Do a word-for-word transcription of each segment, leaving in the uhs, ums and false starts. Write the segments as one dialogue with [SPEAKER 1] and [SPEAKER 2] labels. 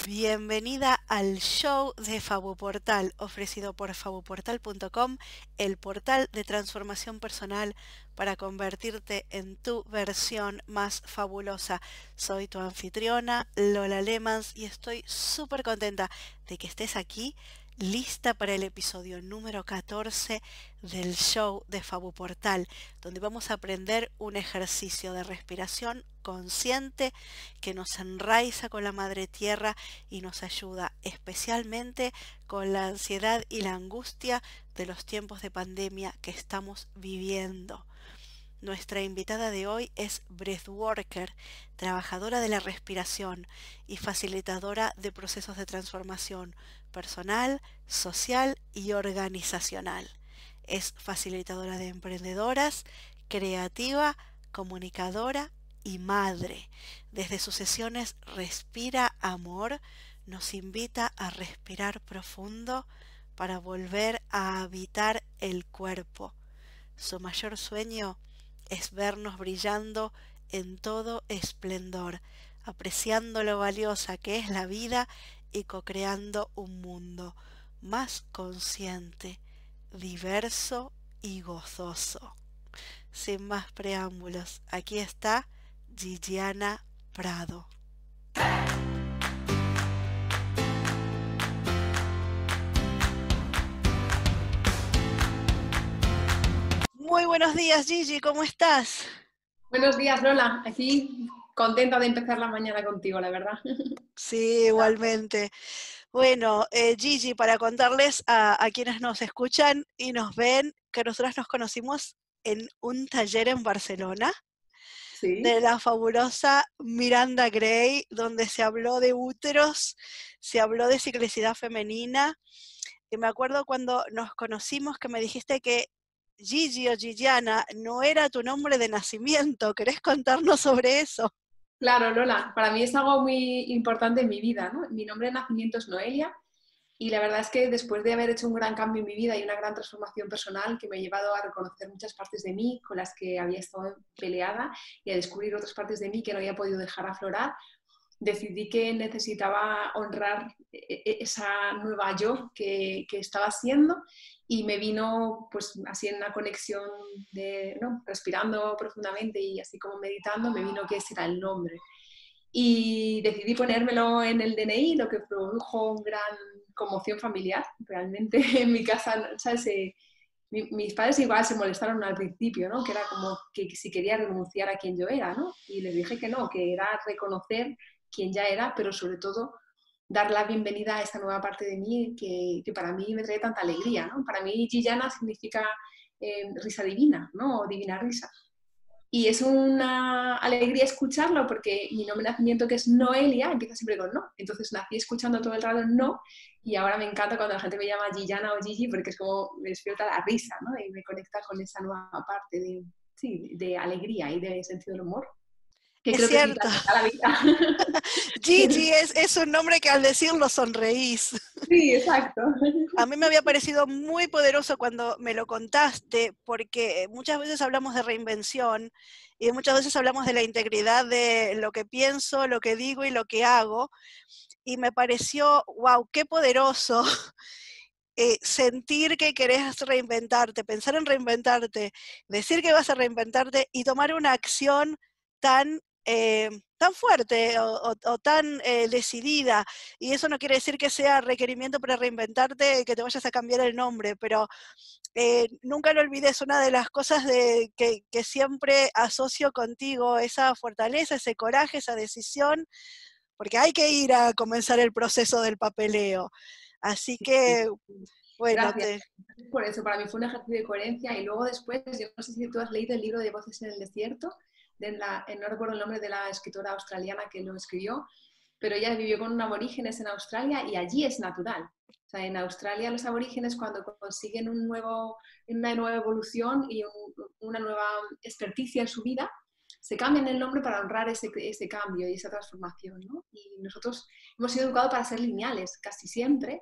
[SPEAKER 1] Bienvenida al show de Fabuportal, ofrecido por fabuportal punto com, el portal de transformación personal para convertirte en tu versión más fabulosa. Soy tu anfitriona, Lola Lemans, y estoy súper contenta de que estés aquí, lista para el episodio número catorce del show de Fabuportal, donde vamos a aprender un ejercicio de respiración consciente que nos enraiza con la madre tierra y nos ayuda especialmente con la ansiedad y la angustia de los tiempos de pandemia que estamos viviendo. Nuestra invitada de hoy es Breathworker, trabajadora de la respiración y facilitadora de procesos de transformación personal, social y organizacional. Es facilitadora de emprendedoras, creativa, comunicadora y madre. Desde sus sesiones Respira Amor nos invita a respirar profundo para volver a habitar el cuerpo. Su mayor sueño es vernos brillando en todo esplendor, apreciando lo valiosa que es la vida y co-creando un mundo más consciente, diverso y gozoso. Sin más preámbulos, aquí está Gigiana Prado. Muy buenos días, Gigi, ¿cómo estás?
[SPEAKER 2] Buenos días, Lola. Aquí contenta de empezar la mañana contigo, la verdad.
[SPEAKER 1] Sí, igualmente. Bueno, eh, Gigi, para contarles a, a quienes nos escuchan y nos ven que nosotras nos conocimos en un taller en Barcelona de
[SPEAKER 2] Sí.
[SPEAKER 1] la fabulosa Miranda Gray, donde se habló de úteros, se habló de ciclicidad femenina. Y me acuerdo cuando nos conocimos que me dijiste que Gigi o Gigiana no era tu nombre de nacimiento. ¿Querés contarnos sobre eso?
[SPEAKER 2] Claro, Lola, para mí es algo muy importante en mi vida, ¿no? Mi nombre de nacimiento es Noelia y la verdad es que después de haber hecho un gran cambio en mi vida y una gran transformación personal que me ha llevado a reconocer muchas partes de mí con las que había estado peleada y a descubrir otras partes de mí que no había podido dejar aflorar, decidí que necesitaba honrar esa nueva yo que, que estaba siendo y me vino pues así en una conexión de, ¿no? respirando profundamente y así como meditando, me vino que ese era el nombre. Y decidí ponérmelo en el D N I, lo que produjo una gran conmoción familiar. Realmente en mi casa, ¿sabes? Eh, mi, mis padres igual se molestaron al principio, ¿no? Que era como que si quería renunciar a quien yo era, ¿no? Y les dije que no, que era reconocer quién ya era, pero sobre todo dar la bienvenida a esta nueva parte de mí que, que para mí me trae tanta alegría, ¿no? Para mí Gillana significa eh, risa divina, ¿no? O divina risa. Y es una alegría escucharlo porque mi nombre de nacimiento, que es Noelia, empieza siempre con no. Entonces nací escuchando todo el rato no y ahora me encanta cuando la gente me llama Gillana o Gigi porque es como me despierta la risa, ¿no? Y me conecta con esa nueva parte de, sí, de alegría y de sentido del humor, que
[SPEAKER 1] Es
[SPEAKER 2] creo que es vital
[SPEAKER 1] cierto.
[SPEAKER 2] para la vida.
[SPEAKER 1] Gigi es, es un nombre que al decirlo sonreís.
[SPEAKER 2] Sí, exacto.
[SPEAKER 1] A mí me había parecido muy poderoso cuando me lo contaste, porque muchas veces hablamos de reinvención y muchas veces hablamos de la integridad de lo que pienso, lo que digo y lo que hago. Y me pareció, wow, qué poderoso eh, sentir que querés reinventarte, pensar en reinventarte, decir que vas a reinventarte y tomar una acción tan, eh, tan fuerte o, o, o tan eh, decidida. Y eso no quiere decir que sea requerimiento para reinventarte, que te vayas a cambiar el nombre, pero eh, nunca lo olvides, una de las cosas de, que, que siempre asocio contigo, esa fortaleza, ese coraje, esa decisión, porque hay que ir a comenzar el proceso del papeleo. Así que, bueno,
[SPEAKER 2] Gracias.
[SPEAKER 1] te,
[SPEAKER 2] Por eso, para mí fue un ejercicio de coherencia y luego después, yo no sé si tú has leído el libro de Voces en el Desierto, de la, no recuerdo el nombre de la escritora australiana que lo escribió, pero ella vivió con aborígenes en Australia y allí es natural. O sea, en Australia los aborígenes cuando consiguen un nuevo, una nueva evolución y un, una nueva experticia en su vida, se cambian el nombre para honrar ese, ese cambio y esa transformación, ¿no? Y nosotros hemos sido educados para ser lineales casi siempre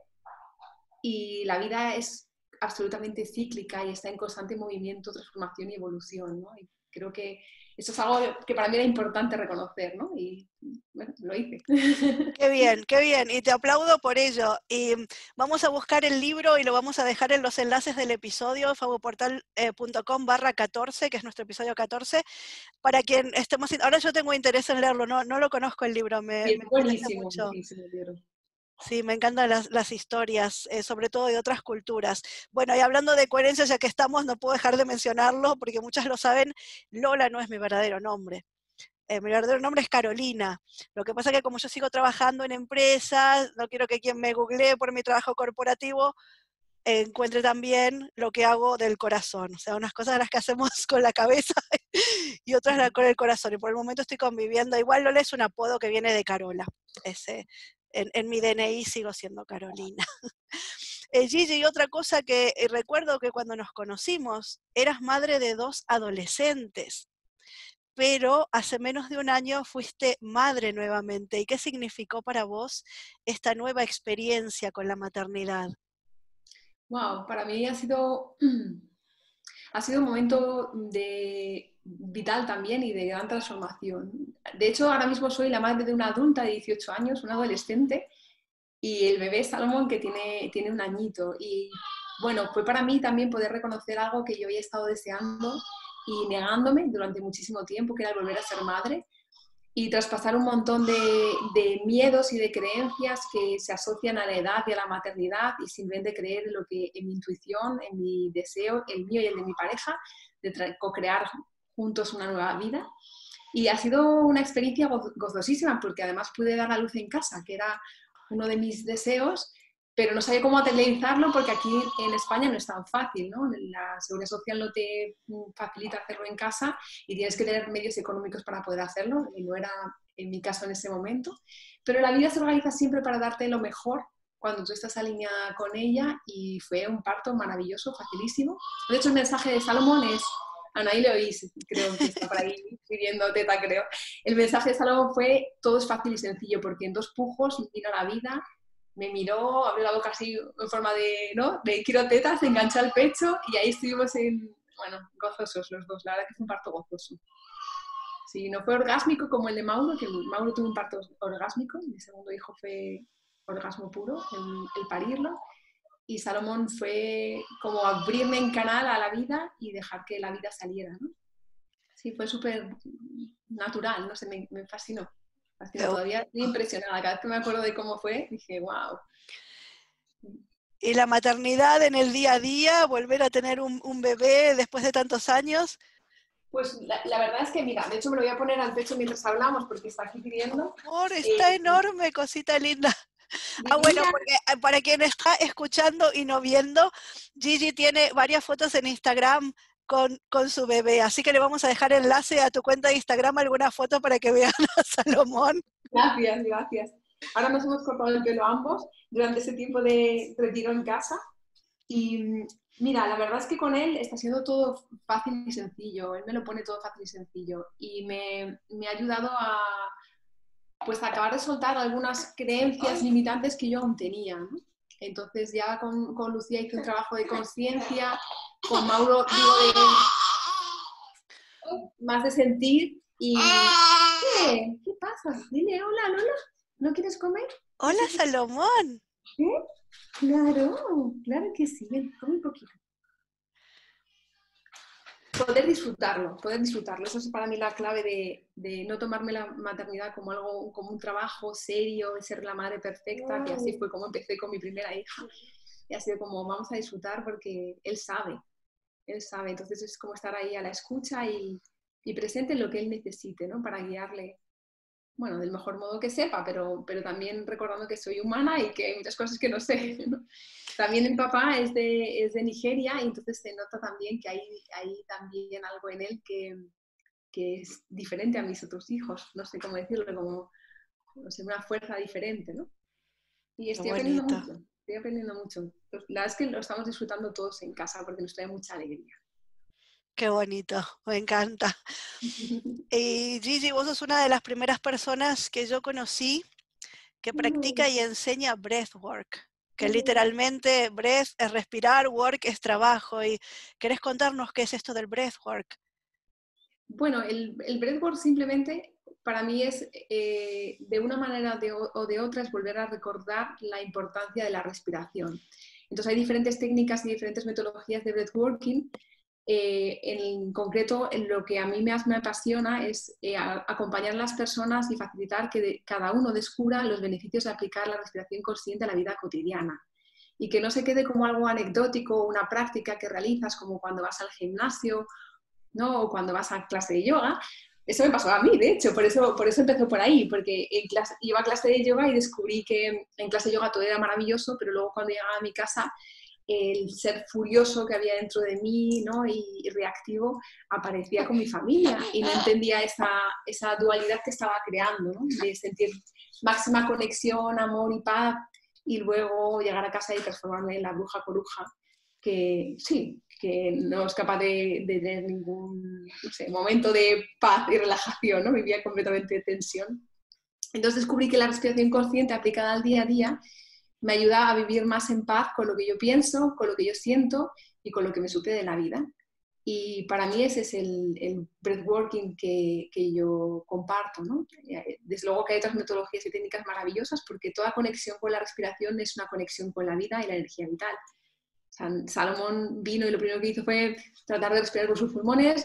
[SPEAKER 2] y la vida es absolutamente cíclica y está en constante movimiento, transformación y evolución, ¿no? Y creo que eso es algo que para mí era importante reconocer, ¿no? Y bueno, lo hice.
[SPEAKER 1] Qué bien, qué bien, y te aplaudo por ello. Y vamos a buscar el libro y lo vamos a dejar en los enlaces del episodio, fabuportal punto com barra catorce, que es nuestro episodio catorce, para quien estemos... Ahora yo tengo interés en leerlo, no, no lo conozco el libro, me,
[SPEAKER 2] Y es
[SPEAKER 1] me interesa
[SPEAKER 2] buenísimo,
[SPEAKER 1] mucho.
[SPEAKER 2] buenísimo el libro.
[SPEAKER 1] Sí, me encantan las, las historias, eh, sobre todo de otras culturas. Bueno, y hablando de coherencia, ya que estamos, no puedo dejar de mencionarlo, porque muchas lo saben, Lola no es mi verdadero nombre. Eh, mi verdadero nombre es Carolina. Lo que pasa es que como yo sigo trabajando en empresas, no quiero que quien me googlee por mi trabajo corporativo eh, encuentre también lo que hago del corazón. O sea, unas cosas las que hacemos con la cabeza y otras las con el corazón. Y por el momento estoy conviviendo. Igual Lola es un apodo que viene de Carola. Ese, en, en mi D N I sigo siendo Carolina. Eh, Gigi, y otra cosa que eh, recuerdo que cuando nos conocimos, eras madre de dos adolescentes, pero hace menos de un año fuiste madre nuevamente. ¿Y qué significó para vos esta nueva experiencia con la maternidad?
[SPEAKER 2] Wow, para mí ha sido, ha sido un momento de, vital también y de gran transformación. De hecho, ahora mismo soy la madre de una adulta de dieciocho años, una adolescente, y el bebé Salomón que tiene, tiene un añito. Y bueno, fue para mí también poder reconocer algo que yo había estado deseando y negándome durante muchísimo tiempo, que era el volver a ser madre y traspasar un montón de, de miedos y de creencias que se asocian a la edad y a la maternidad y simplemente creer en lo que, en mi intuición, en mi deseo, el mío y el de mi pareja, de co-crear juntos una nueva vida. Y ha sido una experiencia gozosísima porque además pude dar a luz en casa, que era uno de mis deseos, pero no sabía cómo materializarlo porque aquí en España no es tan fácil, ¿no? La Seguridad Social no te facilita hacerlo en casa y tienes que tener medios económicos para poder hacerlo, y no era en mi caso en ese momento. Pero la vida se organiza siempre para darte lo mejor cuando tú estás alineada con ella y fue un parto maravilloso, facilísimo. De hecho, el mensaje de Salomón es... Anaí le oís, creo que está por ahí pidiendo teta, creo. El mensaje de Salomón fue: todo es fácil y sencillo, porque en dos pujos vino la vida, me miró, abrió la boca así en forma de, ¿no? de quiero tetas, se enganchó al pecho y ahí estuvimos en, bueno, gozosos los dos. La verdad que fue un parto gozoso. Sí, no fue orgásmico como el de Mauro, que Mauro tuvo un parto orgásmico, mi segundo hijo fue orgasmo puro, el, el parirlo. Y Salomón fue como abrirme en canal a la vida y dejar que la vida saliera, ¿no? Sí, fue súper natural, no sé, me, me fascinó. fascinó. Todavía estoy impresionada. Cada vez que me acuerdo de cómo fue, dije, wow.
[SPEAKER 1] ¿Y la maternidad en el día a día, volver a tener un, un bebé después de tantos años?
[SPEAKER 2] Pues la, la, verdad es que, mira, de hecho me lo voy a poner al pecho mientras hablamos porque está aquí pidiendo.
[SPEAKER 1] Amor, está
[SPEAKER 2] Eh,
[SPEAKER 1] enorme, cosita linda. Ah, bueno,
[SPEAKER 2] divina.
[SPEAKER 1] porque para quien está escuchando y no viendo, Gigi tiene varias fotos en Instagram con, con su bebé, así que le vamos a dejar enlace a tu cuenta de Instagram, alguna foto para que vean a Salomón.
[SPEAKER 2] Gracias, gracias. Ahora nos hemos cortado el pelo ambos durante ese tiempo de retiro en casa y mira, la verdad es que con él está siendo todo fácil y sencillo, él me lo pone todo fácil y sencillo y me, me ha ayudado a pues acabar de soltar algunas creencias limitantes que yo aún tenía, ¿no? Entonces ya con, con Lucía hice un trabajo de conciencia, con Mauro digo de más de sentir y... ¿Qué? ¿Qué pasa? Dile hola, Lola. ¿No quieres comer?
[SPEAKER 1] Hola, Salomón.
[SPEAKER 2] ¿Eh? Claro, claro que sí. Ven, come un poquito. Poder disfrutarlo, poder disfrutarlo. Eso es para mí la clave de, de no tomarme la maternidad como algo, como un trabajo serio, de ser la madre perfecta, que así fue como empecé con mi primera hija. Y ha sido como, vamos a disfrutar porque él sabe, él sabe. Entonces es como estar ahí a la escucha y, y presente en lo que él necesite, ¿no? Para guiarle, bueno, del mejor modo que sepa, pero, pero también recordando que soy humana y que hay muchas cosas que no sé, ¿no? También mi papá es de, es de Nigeria y entonces se nota también que hay, hay también algo en él que, que es diferente a mis otros hijos, no sé cómo decirlo, como no sé, una fuerza diferente, ¿no? Y estoy aprendiendo mucho, estoy aprendiendo mucho. La verdad es que lo estamos disfrutando todos en casa porque nos trae mucha alegría.
[SPEAKER 1] Qué bonito, me encanta. Y Gigi, vos sos una de las primeras personas que yo conocí que practica y enseña breathwork, que literalmente breath es respirar, work es trabajo. ¿Y querés contarnos qué es esto del breathwork?
[SPEAKER 2] Bueno, el, el breathwork simplemente para mí es, eh, de una manera de, o de otra, es volver a recordar la importancia de la respiración. Entonces hay diferentes técnicas y diferentes metodologías de breathworking. Eh, en concreto, en lo que a mí más me apasiona es eh, a, acompañar a las personas y facilitar que de, cada uno descubra los beneficios de aplicar la respiración consciente a la vida cotidiana. Y que no se quede como algo anecdótico, una práctica que realizas como cuando vas al gimnasio, ¿no? O cuando vas a clase de yoga. Eso me pasó a mí, de hecho, por eso, por eso empezó por ahí, porque en clase, iba a clase de yoga y descubrí que en clase de yoga todo era maravilloso, pero luego cuando llegaba a mi casa, el ser furioso que había dentro de mí, ¿no? y, y reactivo aparecía con mi familia y no entendía esa, esa dualidad que estaba creando, ¿no? De sentir máxima conexión, amor y paz, y luego llegar a casa y transformarme en la bruja coruja, que sí, que no es capaz de, de tener ningún, no sé, momento de paz y relajación, ¿no? Vivía completamente de tensión. Entonces descubrí que la respiración consciente aplicada al día a día me ayuda a vivir más en paz con lo que yo pienso, con lo que yo siento y con lo que me sucede en la vida. Y para mí ese es el, el breathworking que, que yo comparto, ¿no? Desde luego que hay otras metodologías y técnicas maravillosas, porque toda conexión con la respiración es una conexión con la vida y la energía vital. Salomón vino y lo primero que hizo fue tratar de respirar con sus pulmones,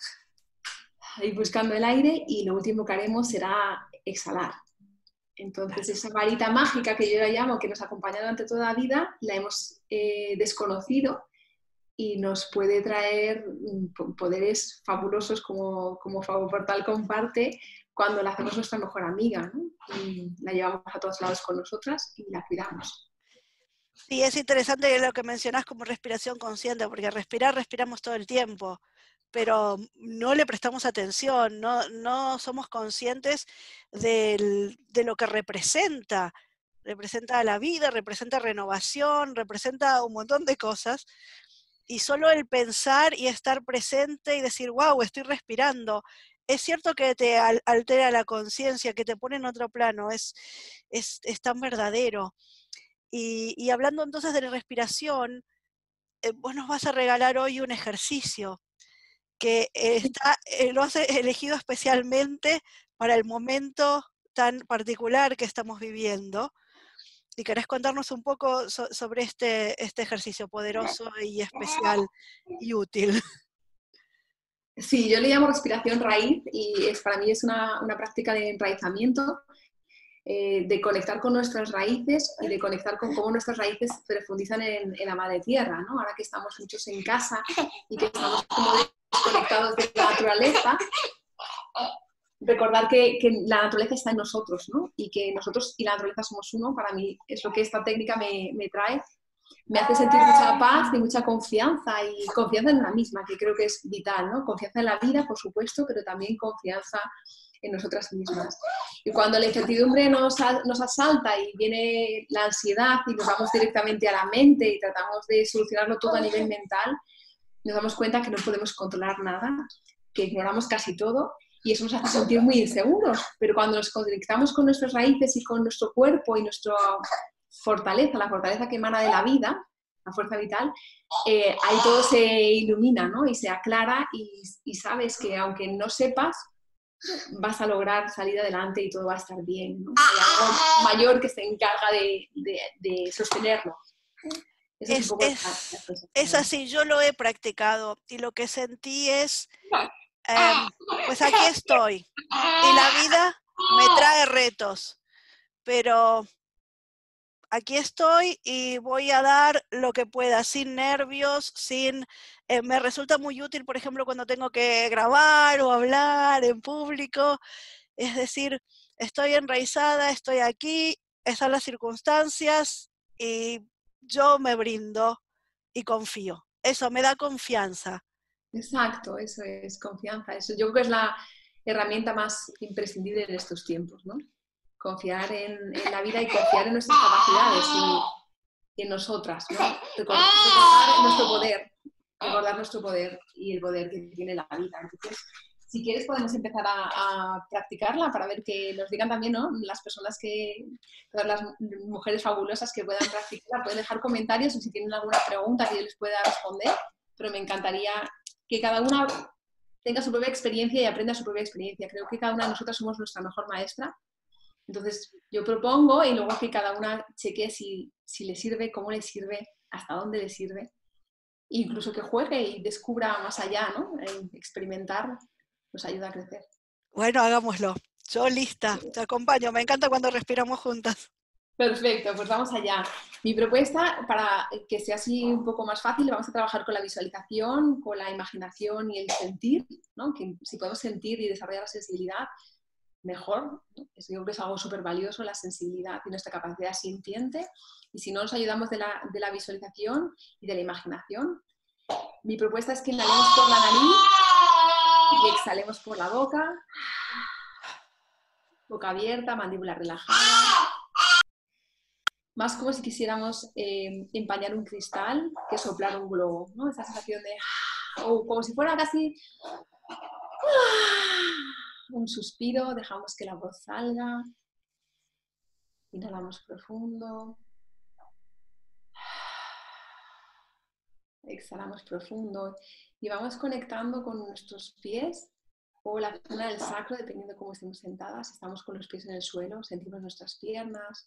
[SPEAKER 2] ir buscando el aire, y lo último que haremos será exhalar. Entonces esa varita mágica que yo la llamo, que nos acompaña durante toda la vida, la hemos eh, desconocido y nos puede traer poderes fabulosos como, como Favoportal comparte cuando la hacemos nuestra mejor amiga, ¿no? Y la llevamos a todos lados con nosotras y la cuidamos.
[SPEAKER 1] Sí, es interesante lo que mencionás como respiración consciente, porque respirar, respiramos todo el tiempo, pero no le prestamos atención, no, no somos conscientes del, de lo que representa. Representa la vida, representa renovación, representa un montón de cosas. Y solo el pensar y estar presente y decir, wow, estoy respirando. Es cierto que te altera la conciencia, que te pone en otro plano, es, es, es tan verdadero. Y, y hablando entonces de la respiración, eh, vos nos vas a regalar hoy un ejercicio que eh, está, eh, lo has elegido especialmente para el momento tan particular que estamos viviendo. ¿Y querés contarnos un poco so, sobre este, este ejercicio poderoso y especial y útil?
[SPEAKER 2] Sí, yo le llamo respiración raíz y es, para mí es una, una práctica de enraizamiento, eh, de conectar con nuestras raíces y de conectar con cómo nuestras raíces profundizan en, en la madre tierra, ¿no? Ahora que estamos muchos en casa y que estamos como desconectados de la naturaleza, recordar que, que la naturaleza está en nosotros, ¿no? Y que nosotros y la naturaleza somos uno. Para mí es lo que esta técnica me, me trae. Me hace sentir mucha paz y mucha confianza, y confianza en una misma, que creo que es vital, ¿no? Confianza en la vida, por supuesto, pero también confianza en nosotras mismas. Y cuando la incertidumbre nos, nos asalta y viene la ansiedad y nos vamos directamente a la mente y tratamos de solucionarlo todo a nivel mental, nos damos cuenta que no podemos controlar nada, que ignoramos casi todo, y eso nos hace sentir muy inseguros. Pero cuando nos conectamos con nuestras raíces y con nuestro cuerpo y nuestra fortaleza, la fortaleza que emana de la vida, la fuerza vital, eh, ahí todo se ilumina, ¿no? Y se aclara, y, y sabes que aunque no sepas, vas a lograr salir adelante y todo va a estar bien, ¿no? Hay algo mayor que se encarga de, de, de sostenerlo. Eso es,
[SPEAKER 1] Es,
[SPEAKER 2] un poco
[SPEAKER 1] es,
[SPEAKER 2] la, la cosa.
[SPEAKER 1] es así, yo lo he practicado y lo que sentí es, eh, pues aquí estoy y la vida me trae retos, pero aquí estoy y voy a dar lo que pueda, sin nervios, sin... Eh, me resulta muy útil, por ejemplo, cuando tengo que grabar o hablar en público, es decir, estoy enraizada, estoy aquí, están las circunstancias y yo me brindo y confío. Eso me da confianza.
[SPEAKER 2] Exacto, eso es confianza. Eso yo creo que es la herramienta más imprescindible en estos tiempos, ¿no? Confiar en, en la vida y confiar en nuestras capacidades y, y en nosotras, ¿no? Recordar, recordar nuestro poder, recordar nuestro poder y el poder que tiene la vida. Entonces, si quieres podemos empezar a, a practicarla para ver que nos digan también, ¿no? Las personas que, todas las mujeres fabulosas que puedan practicarla, pueden dejar comentarios o si tienen alguna pregunta que yo les pueda responder, pero me encantaría que cada una tenga su propia experiencia y aprenda su propia experiencia. Creo que cada una de nosotras somos nuestra mejor maestra. Entonces yo propongo y luego que cada una chequee si, si le sirve, cómo le sirve, hasta dónde le sirve. Incluso que juegue y descubra más allá, ¿no? El experimentar nos ayuda a crecer.
[SPEAKER 1] Bueno, hagámoslo. Yo lista, te acompaño. Me encanta cuando respiramos juntas.
[SPEAKER 2] Perfecto, pues vamos allá. Mi propuesta, para que sea así un poco más fácil, vamos a trabajar con la visualización, con la imaginación y el sentir, ¿no? Que si podemos sentir y desarrollar la sensibilidad, mejor. ¿No? Yo creo que es algo súper valioso, la sensibilidad y nuestra capacidad sintiente. Y si no nos ayudamos de la, de la visualización y de la imaginación, mi propuesta es que inhalemos por la nariz y exhalemos por la boca. Boca abierta, mandíbula relajada. Más como si quisiéramos eh, empañar un cristal que soplar un globo, ¿no? Esa sensación de... o como si fuera casi un suspiro, dejamos que la voz salga. Inhalamos profundo. Exhalamos profundo. Y vamos conectando con nuestros pies o la zona del sacro, dependiendo de cómo estemos sentadas. Si estamos con los pies en el suelo, sentimos nuestras piernas,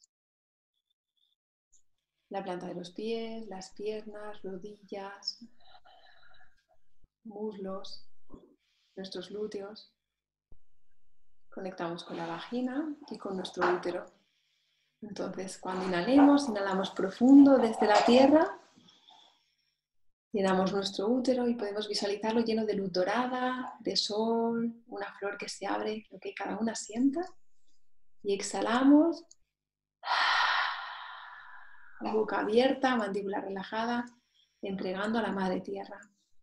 [SPEAKER 2] la planta de los pies, las piernas, rodillas, muslos, nuestros glúteos. Conectamos con la vagina y con nuestro útero. Entonces, cuando inhalemos, inhalamos profundo desde la tierra, llenamos nuestro útero y podemos visualizarlo lleno de luz dorada, de sol, una flor que se abre, lo que cada una sienta. Y exhalamos, boca abierta, mandíbula relajada, entregando a la Madre Tierra.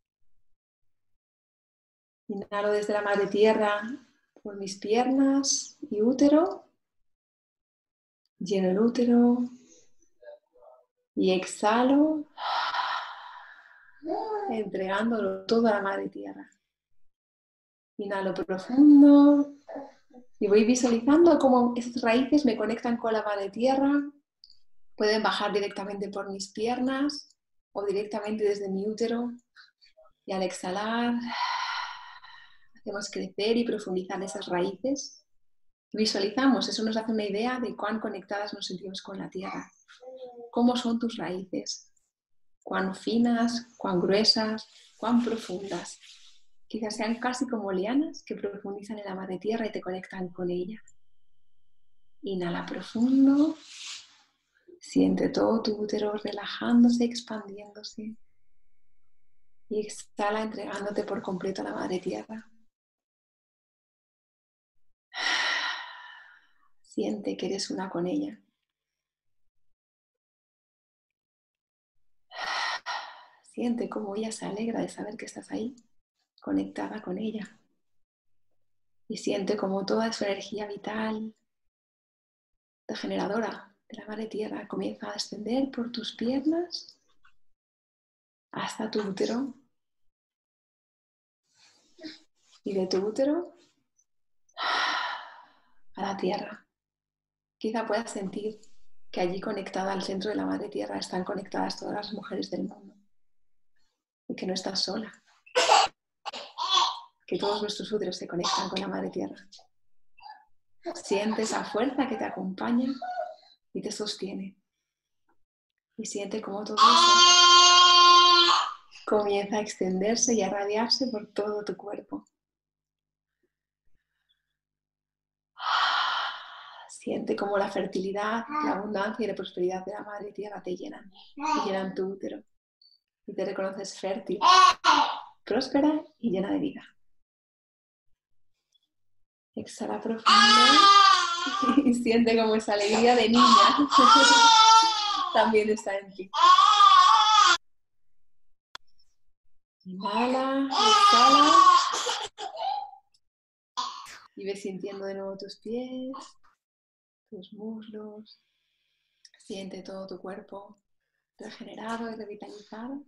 [SPEAKER 2] Inhalo desde la Madre Tierra por mis piernas y útero. Lleno el útero y exhalo, entregándolo todo a la Madre Tierra. Inhalo profundo y voy visualizando cómo esas raíces me conectan con la Madre Tierra. Pueden bajar directamente por mis piernas o directamente desde mi útero. Y al exhalar, hacemos crecer y profundizar esas raíces. Visualizamos, eso nos hace una idea de cuán conectadas nos sentimos con la Tierra. ¿Cómo son tus raíces? ¿Cuán finas, cuán gruesas, cuán profundas? Quizás sean casi como lianas que profundizan en la Madre Tierra y te conectan con ella. Inhala profundo. Siente todo tu útero relajándose, expandiéndose. Y exhala entregándote por completo a la Madre Tierra. Siente que eres una con ella. Siente cómo ella se alegra de saber que estás ahí, conectada con ella. Y siente cómo toda su energía vital, regeneradora de la Madre Tierra, comienza a descender por tus piernas hasta tu útero. Y de tu útero a la Tierra. Quizá puedas sentir que allí conectada al centro de la Madre Tierra están conectadas todas las mujeres del mundo. Y que no estás sola. Que todos nuestros úteros se conectan con la Madre Tierra. Siente esa fuerza que te acompaña y te sostiene. Y siente cómo todo eso comienza a extenderse y a irradiarse por todo tu cuerpo. Siente cómo la fertilidad, la abundancia y la prosperidad de la Madre Tierra te llenan. Y llenan tu útero. Y te reconoces fértil, próspera y llena de vida. Exhala profundo y siente como esa alegría de niña también está en ti. Inhala, exhala y ves sintiendo de nuevo tus pies, tus muslos. Siente todo tu cuerpo regenerado y revitalizado.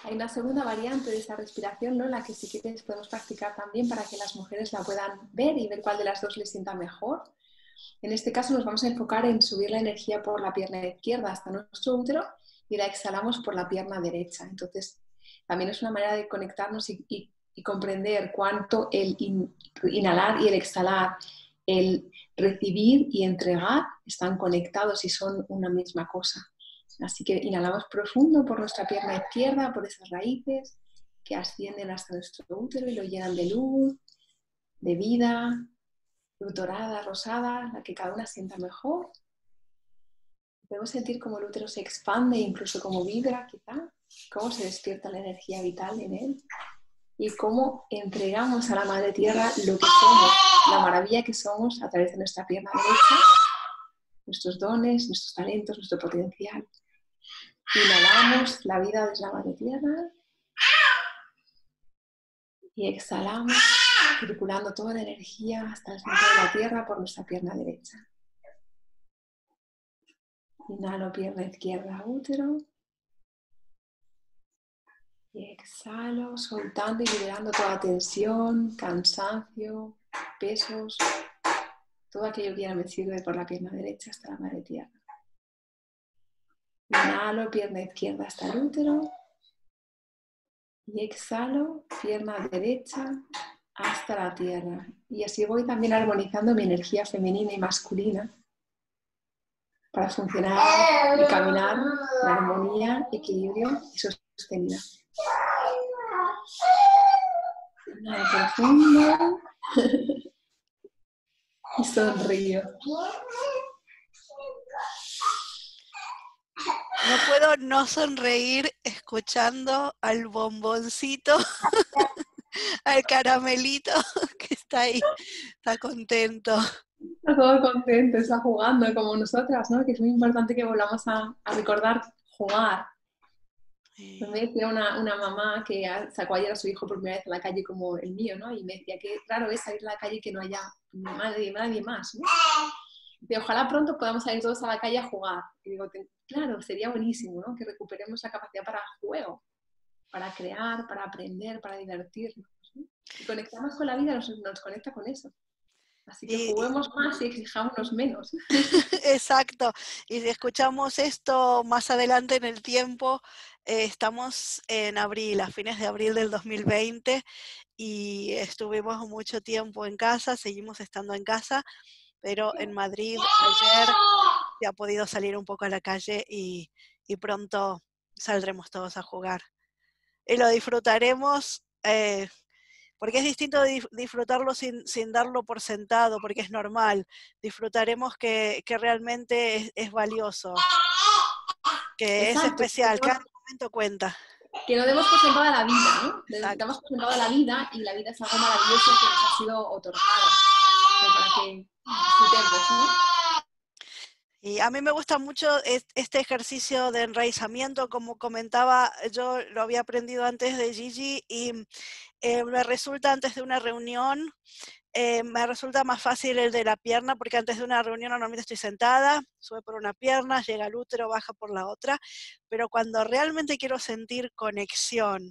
[SPEAKER 2] hay una segunda variante de esa respiración, ¿no? En la que si quieres podemos practicar también para que las mujeres la puedan ver y ver cuál de las dos les sienta mejor. En este caso nos vamos a enfocar en subir la energía por la pierna izquierda hasta nuestro útero y la exhalamos por la pierna derecha. Entonces, también es una manera de conectarnos y, y, y comprender cuánto el in, inhalar y el exhalar, el recibir y entregar están conectados y son una misma cosa. Así que inhalamos profundo por nuestra pierna izquierda, por esas raíces que ascienden hasta nuestro útero y lo llenan de luz, de vida, luz dorada, rosada, la que cada una sienta mejor. Podemos sentir cómo el útero se expande, incluso cómo vibra, quizá, cómo se despierta la energía vital en él y cómo entregamos a la Madre Tierra lo que somos, la maravilla que somos a través de nuestra pierna derecha, nuestros dones, nuestros talentos, nuestro potencial. Inhalamos la vida desde la Madre Tierra y exhalamos, circulando toda la energía hasta el centro de la Tierra por nuestra pierna derecha. Inhalo pierna izquierda, útero. Y exhalo, soltando y liberando toda tensión, cansancio, pesos, todo aquello que ya no me sirve por la pierna derecha hasta la Madre Tierra. Inhalo, pierna izquierda hasta el útero. Y exhalo, pierna derecha hasta la tierra. Y así voy también armonizando mi energía femenina y masculina para funcionar y caminar en armonía, equilibrio y sostenibilidad. Inhalo profundo y sonrío.
[SPEAKER 1] No puedo no sonreír escuchando al bomboncito, al caramelito que está ahí, está contento.
[SPEAKER 2] Está todo contento, está jugando como nosotras, ¿no? Que es muy importante que volvamos a, a recordar jugar. Me decía una, una mamá que sacó ayer a su hijo por primera vez a la calle como el mío, ¿no? Y me decía que raro es salir a la calle y que no haya nadie, nadie más, ¿no? Y ojalá pronto podamos salir todos a la calle a jugar. Y digo, claro, sería buenísimo, ¿no? Que recuperemos la capacidad para juego, para crear, para aprender, para divertirnos, ¿no? Y conectarnos con la vida nos, nos conecta con eso. Así que
[SPEAKER 1] Y,
[SPEAKER 2] juguemos más y exijámonos menos.
[SPEAKER 1] exacto. Y si escuchamos esto más adelante en el tiempo, eh, estamos en abril, a fines de abril del dos mil veinte, y estuvimos mucho tiempo en casa, seguimos estando en casa, pero en Madrid ayer se ha podido salir un poco a la calle y, y pronto saldremos todos a jugar. Y lo disfrutaremos, eh, porque es distinto dif- disfrutarlo sin, sin darlo por sentado, porque es normal. Disfrutaremos que, que realmente es, es valioso, que es
[SPEAKER 2] Exacto.
[SPEAKER 1] especial, cada momento cuenta.
[SPEAKER 2] Que no demos por sentada la vida, ¿no?
[SPEAKER 1] Exacto.
[SPEAKER 2] Damos por sentada la vida y la vida es algo maravilloso que nos ha sido otorgado. Para que disfrutemos, ¿no?
[SPEAKER 1] Y a mí me gusta mucho este ejercicio de enraizamiento, como comentaba, yo lo había aprendido antes de Gigi y eh, me resulta antes de una reunión, eh, me resulta más fácil el de la pierna, porque antes de una reunión normalmente estoy sentada, sube por una pierna, llega al útero, baja por la otra, pero cuando realmente quiero sentir conexión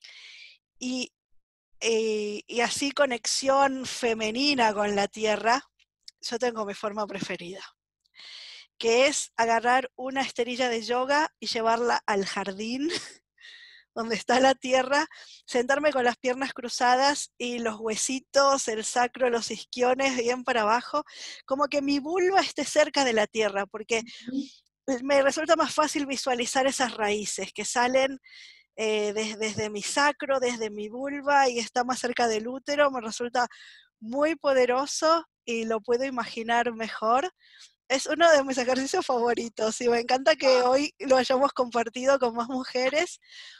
[SPEAKER 1] y, eh, y así conexión femenina con la tierra, yo tengo mi forma preferida, que es agarrar una esterilla de yoga y llevarla al jardín donde está la tierra, sentarme con las piernas cruzadas y los huesitos, el sacro, los isquiones bien para abajo, como que mi vulva esté cerca de la tierra, porque me resulta más fácil visualizar esas raíces que salen eh, desde, desde mi sacro, desde mi vulva y está más cerca del útero, me resulta muy poderoso y lo puedo imaginar mejor. Es uno de mis ejercicios favoritos y me encanta que hoy lo hayamos compartido con más mujeres.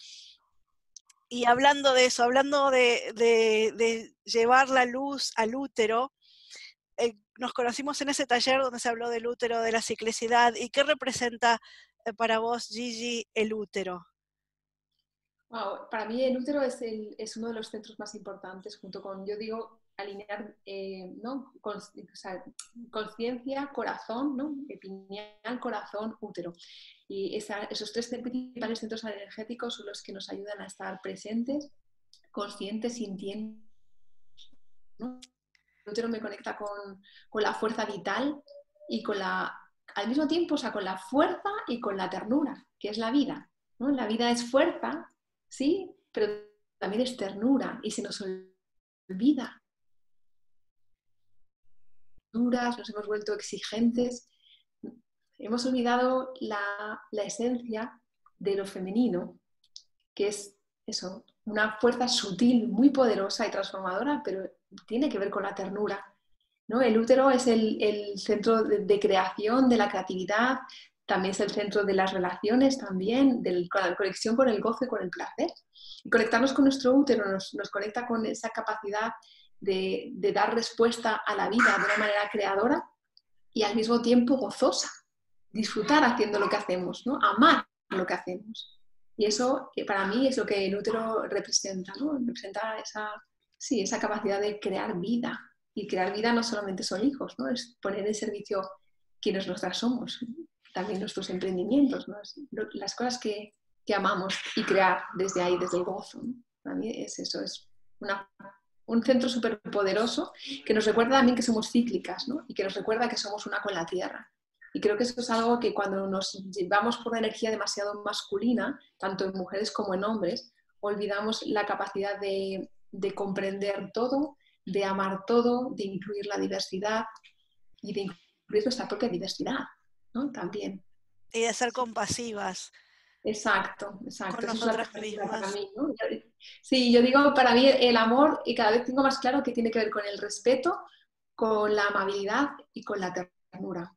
[SPEAKER 1] Y hablando de eso, hablando de, de, de llevar la luz al útero, eh, nos conocimos en ese taller donde se habló del útero, de la ciclicidad. ¿Y qué representa eh, para vos, Gigi, el útero?
[SPEAKER 2] Wow, para mí el útero es, el, es uno de los centros más importantes, junto con, yo digo, alinear eh, ¿no? Con, o sea, conciencia, corazón, ¿no? Pineal, corazón, útero. Y esa, esos tres principales centros energéticos son los que nos ayudan a estar presentes, conscientes, sintiendo, ¿no? El útero me conecta con, con la fuerza vital y con la, al mismo tiempo, o sea, con la fuerza y con la ternura, que es la vida, ¿no? La vida es fuerza, sí, pero también es ternura y se nos olvida. Nos hemos vuelto exigentes, hemos olvidado la, la esencia de lo femenino, que es eso, una fuerza sutil, muy poderosa y transformadora, pero tiene que ver con la ternura, ¿no? El útero es el, el centro de, de creación, de la creatividad, también es el centro de las relaciones, también, de la conexión con el goce, con el placer. Y conectarnos con nuestro útero nos, nos conecta con esa capacidad de, de dar respuesta a la vida de una manera creadora y al mismo tiempo gozosa. Disfrutar haciendo lo que hacemos, ¿no? Amar lo que hacemos. Y eso, para mí, es lo que el útero representa, ¿no? Representa esa, sí, esa capacidad de crear vida. Y crear vida no solamente son hijos, ¿no? Es poner en servicio quienes nosotras somos, ¿no? También nuestros emprendimientos, ¿no? Las cosas que, que amamos y crear desde ahí, desde el gozo, ¿no? Para mí es eso, es una, un centro súper poderoso que nos recuerda también que somos cíclicas, ¿no? Y que nos recuerda que somos una con la tierra. Y creo que eso es algo que cuando nos llevamos por una energía demasiado masculina, tanto en mujeres como en hombres, olvidamos la capacidad de, de comprender todo, de amar todo, de incluir la diversidad y de incluir nuestra propia diversidad, ¿no? También.
[SPEAKER 1] Y de ser compasivas.
[SPEAKER 2] Exacto, exacto.
[SPEAKER 1] Con
[SPEAKER 2] Eso es la
[SPEAKER 1] nosotras
[SPEAKER 2] perspectiva para
[SPEAKER 1] mismas.
[SPEAKER 2] mí, ¿no? Sí, yo digo para mí el amor, y cada vez tengo más claro que tiene que ver con el respeto, con la amabilidad y con la ternura.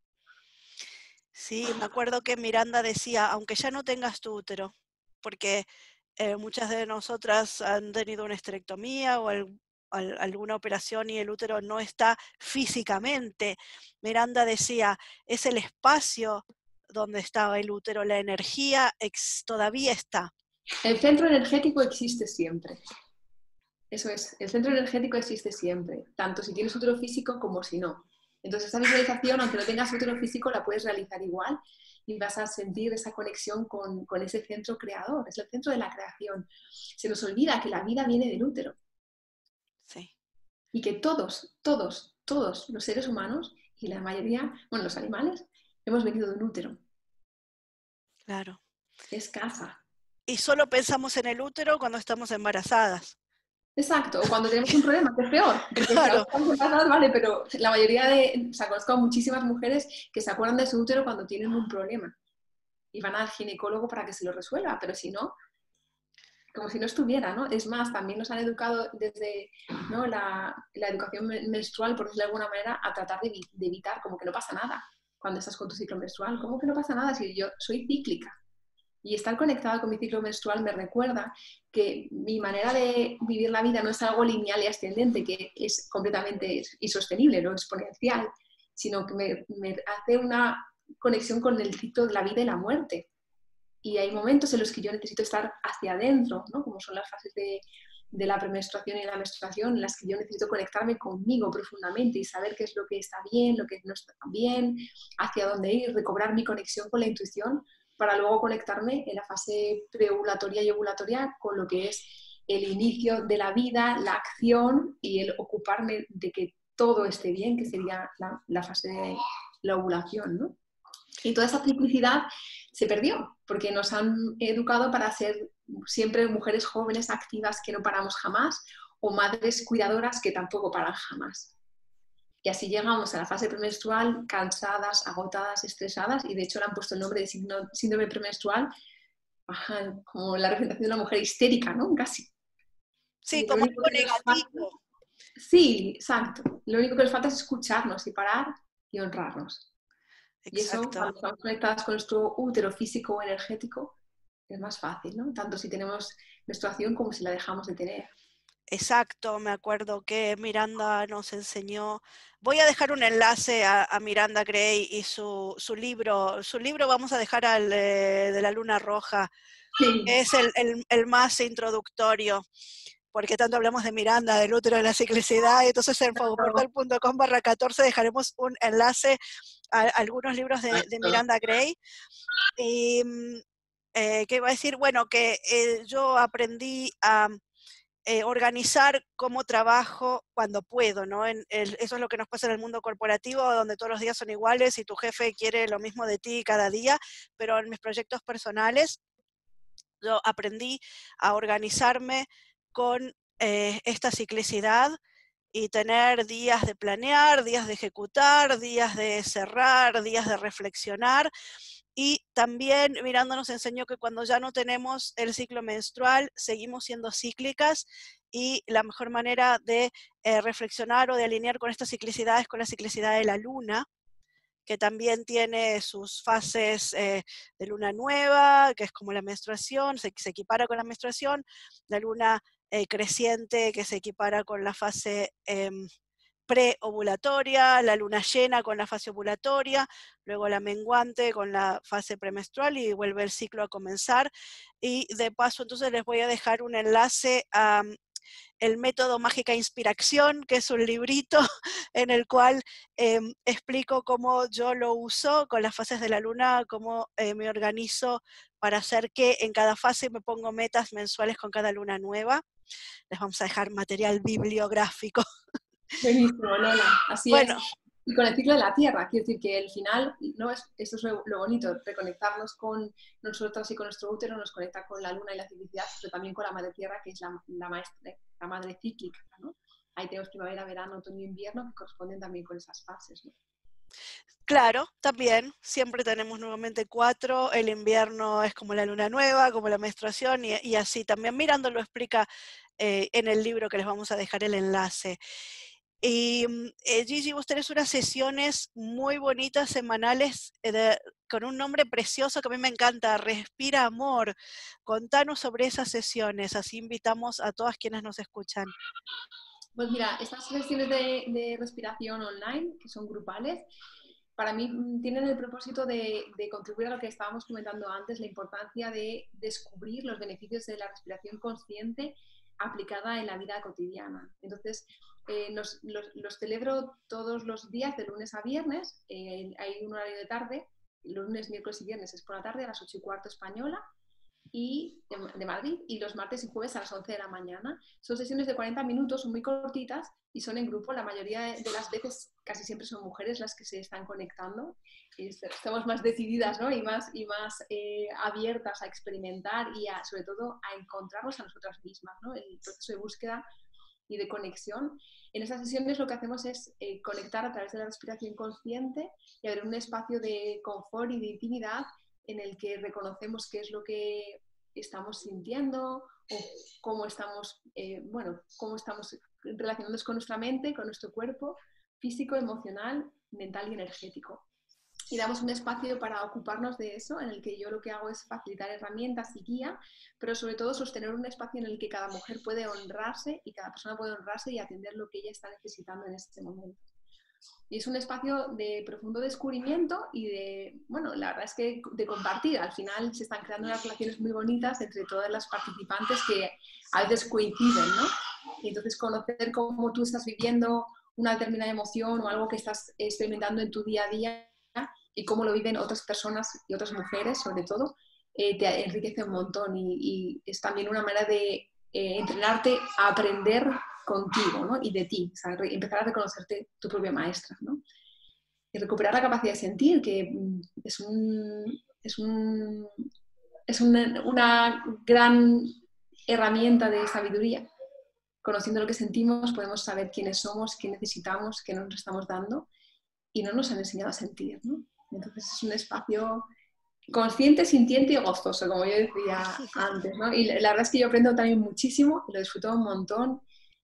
[SPEAKER 1] Sí, me acuerdo que Miranda decía, aunque ya no tengas tu útero, porque eh, muchas de nosotras han tenido una esterectomía o el, al, alguna operación y el útero no está físicamente. Miranda decía, es el espacio donde estaba el útero, la energía ex, todavía está.
[SPEAKER 2] El centro energético existe siempre. Eso es, el centro energético existe siempre, tanto si tienes útero físico como si no. Entonces esa visualización, aunque no tengas útero físico, la puedes realizar igual y vas a sentir esa conexión con, con ese centro creador, es el centro de la creación. Se nos olvida que la vida viene del útero.
[SPEAKER 1] Sí.
[SPEAKER 2] Y que todos, todos, todos los seres humanos y la mayoría, bueno, los animales, hemos venido de un útero.
[SPEAKER 1] Claro.
[SPEAKER 2] Es casa.
[SPEAKER 1] Y solo pensamos en el útero cuando estamos embarazadas.
[SPEAKER 2] Exacto, o cuando tenemos un problema, que es peor. Porque
[SPEAKER 1] Claro.
[SPEAKER 2] estamos embarazadas, vale, pero la mayoría de, o sea, conozco a muchísimas mujeres que se acuerdan de su útero cuando tienen un problema y van al ginecólogo para que se lo resuelva, pero si no, como si no estuviera, ¿no? Es más, también nos han educado desde, ¿no? la, la educación menstrual, por decirlo de alguna manera, a tratar de, de evitar, como que no pasa nada cuando estás con tu ciclo menstrual. ¿Cómo que no pasa nada si yo soy cíclica? Y estar conectada con mi ciclo menstrual me recuerda que mi manera de vivir la vida no es algo lineal y ascendente, que es completamente insostenible, no exponencial, sino que me, me hace una conexión con el ciclo de la vida y la muerte. Y hay momentos en los que yo necesito estar hacia adentro, ¿no? Como son las fases de, de la premenstruación y la menstruación, en las que yo necesito conectarme conmigo profundamente y saber qué es lo que está bien, lo que no está bien, hacia dónde ir, recobrar mi conexión con la intuición, para luego conectarme en la fase preovulatoria y ovulatoria con lo que es el inicio de la vida, la acción y el ocuparme de que todo esté bien, que sería la, la fase de la ovulación, ¿no? Y toda esa ciclicidad se perdió, porque nos han educado para ser siempre mujeres jóvenes, activas, que no paramos jamás, o madres cuidadoras que tampoco paran jamás. Y así llegamos a la fase premenstrual cansadas, agotadas, estresadas, y de hecho le han puesto el nombre de síndrome premenstrual, ajá, como la representación de una mujer histérica, ¿no? Casi.
[SPEAKER 1] Sí,
[SPEAKER 2] Y lo
[SPEAKER 1] como
[SPEAKER 2] único
[SPEAKER 1] algo
[SPEAKER 2] que nos falta,
[SPEAKER 1] negativo.
[SPEAKER 2] sí, exacto. Lo único que nos falta es escucharnos y parar y honrarnos. Y eso,
[SPEAKER 1] Exacto.
[SPEAKER 2] cuando estamos conectadas con nuestro útero físico o energético, es más fácil, ¿no? Tanto si tenemos menstruación como si la dejamos de tener.
[SPEAKER 1] Exacto, me acuerdo que Miranda nos enseñó. Voy a dejar un enlace a, a Miranda Gray y su, su libro. Su libro vamos a dejar al eh, de la Luna Roja,
[SPEAKER 2] Sí.
[SPEAKER 1] que es el, el, el más introductorio, porque tanto hablamos de Miranda, del útero de la ciclicidad, y entonces en favoportal.com barra catorce dejaremos un enlace a, a algunos libros de, de Miranda Gray. Y, eh, ¿qué iba a decir? Bueno, que eh, yo aprendí a eh, organizar cómo trabajo cuando puedo, ¿no? En el, eso es lo que nos pasa en el mundo corporativo, donde todos los días son iguales y tu jefe quiere lo mismo de ti cada día, pero en mis proyectos personales yo aprendí a organizarme con eh, esta ciclicidad y tener días de planear, días de ejecutar, días de cerrar, días de reflexionar. Y también Miranda nos enseñó que cuando ya no tenemos el ciclo menstrual, seguimos siendo cíclicas y la mejor manera de eh, reflexionar o de alinear con esta ciclicidad es con la ciclicidad de la luna, que también tiene sus fases eh, de luna nueva, que es como la menstruación, se, se equipara con la menstruación, la luna eh, creciente, que se equipara con la fase eh, preovulatoria, la luna llena con la fase ovulatoria, luego la menguante con la fase premenstrual y vuelve el ciclo a comenzar. Y de paso, entonces les voy a dejar un enlace a el método Mágica Inspiración, que es un librito en el cual eh, explico cómo yo lo uso con las fases de la luna, cómo eh, me organizo para hacer que en cada fase me pongo metas mensuales con cada luna nueva. Les vamos a dejar material bibliográfico.
[SPEAKER 2] Buenísimo, Lola, así
[SPEAKER 1] bueno.
[SPEAKER 2] es. Y con el ciclo de la Tierra, quiero decir que al final, ¿no? es, esto es lo, lo bonito, reconectarnos con nosotros y con nuestro útero, nos conecta con la luna y la ciclicidad, pero también con la Madre Tierra, que es la, la, maestra, la madre cíclica, ¿no? Ahí tenemos primavera, verano, otoño y invierno, que corresponden también con esas fases, ¿no?
[SPEAKER 1] Claro, también, siempre tenemos nuevamente cuatro, el invierno es como la luna nueva, como la menstruación y, y así. También Miranda lo explica eh, en el libro que les vamos a dejar el enlace. Y eh, Gigi, vos tenés unas sesiones muy bonitas, semanales, eh, de, con un nombre precioso que a mí me encanta, Respira Amor. Contanos sobre esas sesiones, así invitamos a todas quienes nos escuchan.
[SPEAKER 2] Pues mira, estas sesiones de, de respiración online, que son grupales, para mí tienen el propósito de, de contribuir a lo que estábamos comentando antes, la importancia de descubrir los beneficios de la respiración consciente aplicada en la vida cotidiana. Entonces, eh, nos, los, los celebro todos los días, de lunes a viernes. Eh, hay un horario de tarde, lunes, miércoles y viernes es por la tarde, a las ocho y cuarto española, y de, de Madrid, y los martes y jueves a las once de la mañana. Son sesiones de cuarenta minutos, son muy cortitas y son en grupo. La mayoría de las veces, casi siempre son mujeres las que se están conectando. Y estamos más decididas, ¿no? y más, y más eh, abiertas a experimentar y a, sobre todo a encontrarnos a nosotras mismas, ¿no? El proceso de búsqueda y de conexión. En estas sesiones lo que hacemos es eh, conectar a través de la respiración consciente y abrir un espacio de confort y de intimidad en el que reconocemos qué es lo que estamos sintiendo o cómo estamos, eh, bueno, cómo estamos relacionándonos con nuestra mente, con nuestro cuerpo físico, emocional, mental y energético. Y damos un espacio para ocuparnos de eso, en el que yo lo que hago es facilitar herramientas y guía, pero sobre todo sostener un espacio en el que cada mujer puede honrarse y cada persona puede honrarse y atender lo que ella está necesitando en este momento. Y es un espacio de profundo descubrimiento y de, bueno, la verdad es que de compartir. Al final se están creando unas relaciones muy bonitas entre todas las participantes que a veces coinciden, ¿no? Y entonces conocer cómo tú estás viviendo una determinada emoción o algo que estás experimentando en tu día a día y cómo lo viven otras personas y otras mujeres, sobre todo, eh, te enriquece un montón y, y es también una manera de eh, entrenarte a aprender contigo, ¿no? Y de ti, o sea, empezar a reconocerte tu propia maestra, ¿no? Y recuperar la capacidad de sentir, que es, un, es, un, es una, una gran herramienta de sabiduría. Conociendo lo que sentimos, podemos saber quiénes somos, qué necesitamos, qué nos estamos dando, y no nos han enseñado a sentir, ¿no? Entonces es un espacio consciente, sintiente y gozoso, como yo decía antes, ¿no? Y la verdad es que yo aprendo también muchísimo, lo disfruto un montón.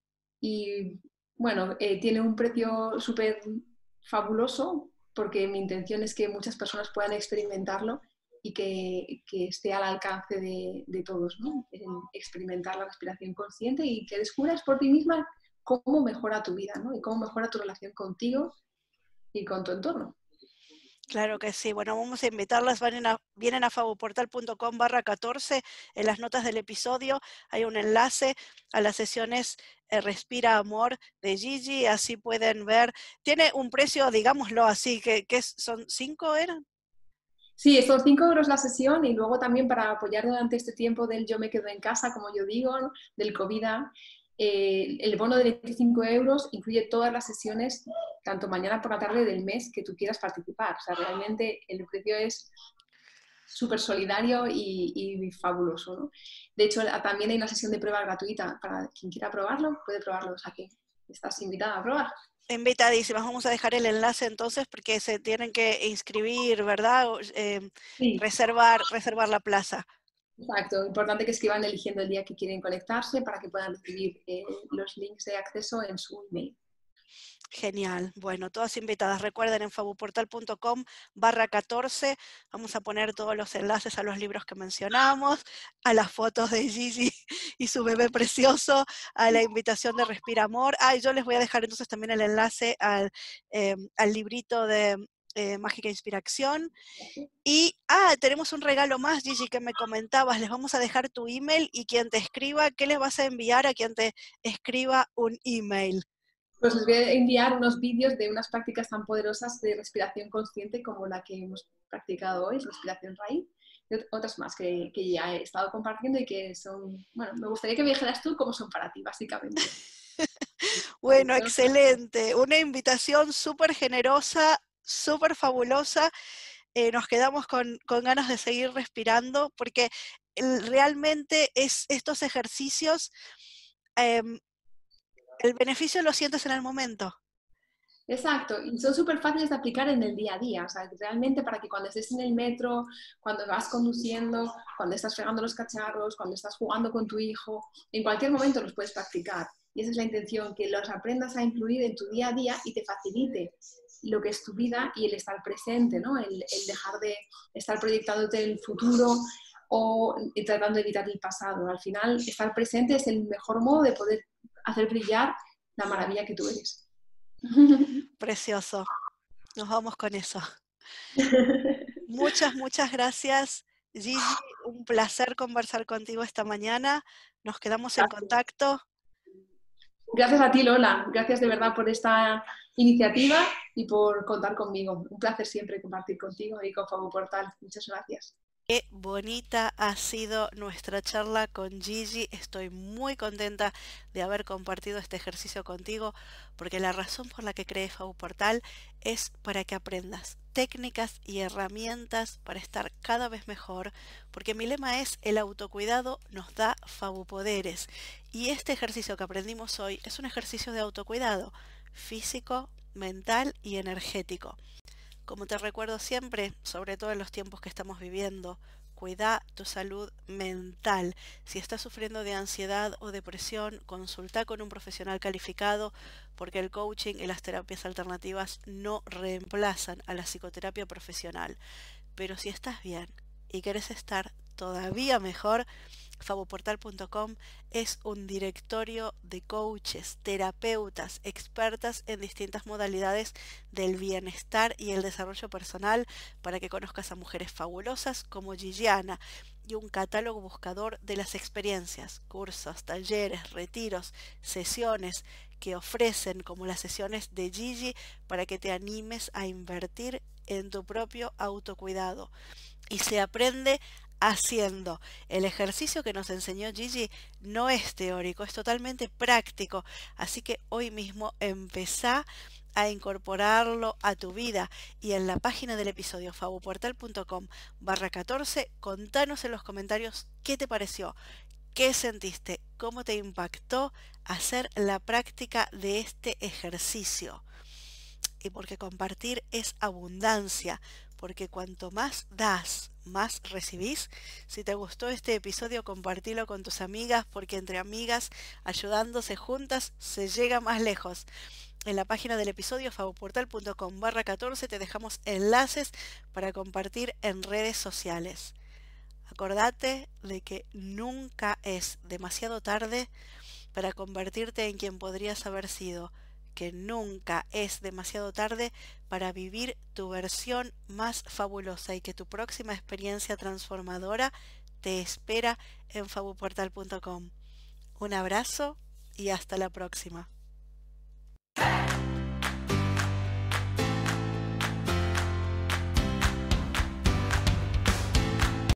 [SPEAKER 2] Y bueno, eh, tiene un precio súper fabuloso porque mi intención es que muchas personas puedan experimentarlo y que, que esté al alcance de, de todos, ¿no? Experimentar la respiración consciente y que descubras por ti misma cómo mejora tu vida, ¿no? Y cómo mejora tu relación contigo y con tu entorno.
[SPEAKER 1] Claro que sí. Bueno, vamos a invitarlas, vienen a, vienen a fabuportal.com barra catorce, en las notas del episodio hay un enlace a las sesiones eh, Respira Amor de Gigi, así pueden ver. Tiene un precio, digámoslo así, que, que es- son cinco, ¿eran?
[SPEAKER 2] Sí, son cinco euros la sesión y luego también para apoyar durante este tiempo del yo me quedo en casa, como yo digo, ¿no? Del COVID, eh, el bono de veinticinco euros incluye todas las sesiones, tanto mañana por la tarde del mes que tú quieras participar. O sea, realmente el precio es súper solidario y, y fabuloso, ¿no? De hecho, también hay una sesión de prueba gratuita para quien quiera probarlo, puede probarlo. O sea, que estás invitada a probar.
[SPEAKER 1] Invitadísimas. Vamos a dejar el enlace entonces porque se tienen que inscribir, ¿verdad? O, eh,
[SPEAKER 2] Sí,
[SPEAKER 1] reservar, reservar la plaza.
[SPEAKER 2] exacto. Importante que escriban eligiendo el día que quieren conectarse para que puedan recibir eh, los links de acceso en su email.
[SPEAKER 1] Genial. Bueno, todas invitadas. Recuerden en fabuportal.com barra catorce. Vamos a poner todos los enlaces a los libros que mencionamos, a las fotos de Gigi y su bebé precioso, a la invitación de Respira Amor. Ah, y yo les voy a dejar entonces también el enlace al, eh, al librito de eh, Mágica Inspiración. Y, ah, tenemos un regalo más, Gigi, que me comentabas. Les vamos a dejar tu email y quien te escriba, ¿qué les vas a enviar a quien te escriba un email?
[SPEAKER 2] Pues les voy a enviar unos vídeos de unas prácticas tan poderosas de respiración consciente como la que hemos practicado hoy, respiración raíz, y otras más que, que ya he estado compartiendo y que son, bueno, me gustaría que me dijeras tú cómo son para ti, básicamente.
[SPEAKER 1] Bueno, excelente. Una invitación súper generosa, súper fabulosa. Eh, nos quedamos con, con ganas de seguir respirando porque el- realmente es estos ejercicios, em, el beneficio lo sientes en el momento.
[SPEAKER 2] Exacto, y son súper fáciles de aplicar en el día a día, o sea, realmente para que cuando estés en el metro, cuando vas conduciendo, cuando estás fregando los cacharros, cuando estás jugando con tu hijo, en cualquier momento los puedes practicar. Y esa es la intención, que los aprendas a incluir en tu día a día y te facilite lo que es tu vida y el estar presente, ¿no? El, el dejar de estar proyectándote el futuro o tratando de evitar el pasado. Al final, estar presente es el mejor modo de poder hacer brillar la maravilla que tú eres.
[SPEAKER 1] Precioso. Nos vamos con eso. Muchas, muchas gracias, Gigi. Un placer conversar contigo esta mañana. Nos quedamos en contacto.
[SPEAKER 2] Gracias a ti, Lola. Gracias de verdad por esta iniciativa y por contar conmigo. Un placer siempre compartir contigo y con Fabu Portal. Muchas gracias.
[SPEAKER 1] Qué bonita ha sido nuestra charla con Gigi. Estoy muy contenta de haber compartido este ejercicio contigo, porque la razón por la que creé Fabu Portal es para que aprendas técnicas y herramientas para estar cada vez mejor, porque mi lema es: el autocuidado nos da fabupoderes. Y este ejercicio que aprendimos hoy es un ejercicio de autocuidado físico, mental y energético. Como te recuerdo siempre, sobre todo en los tiempos que estamos viviendo, cuida tu salud mental. Si estás sufriendo de ansiedad o depresión, consulta con un profesional calificado, porque el coaching y las terapias alternativas no reemplazan a la psicoterapia profesional. Pero si estás bien y quieres estar todavía mejor, fabuportal punto com es un directorio de coaches, terapeutas, expertas en distintas modalidades del bienestar y el desarrollo personal, para que conozcas a mujeres fabulosas como Gigiana, y un catálogo buscador de las experiencias, cursos, talleres, retiros, sesiones que ofrecen, como las sesiones de Gigi, para que te animes a invertir en tu propio autocuidado. Y se aprende haciendo. El ejercicio que nos enseñó Gigi no es teórico, es totalmente práctico. Así que hoy mismo empezá a incorporarlo a tu vida, y en la página del episodio fabuportal.com barra catorce, contanos en los comentarios qué te pareció, qué sentiste, cómo te impactó hacer la práctica de este ejercicio. Y porque compartir es abundancia, porque cuanto más das, más recibís. Si te gustó este episodio, compartilo con tus amigas, porque entre amigas, ayudándose juntas, se llega más lejos. En la página del episodio fabuportal.com barra catorce te dejamos enlaces para compartir en redes sociales. Acordate de que nunca es demasiado tarde para convertirte en quien podrías haber sido. que nunca es demasiado tarde para vivir tu versión más fabulosa y que tu próxima experiencia transformadora te espera en fabuportal punto com. Un abrazo y hasta la próxima.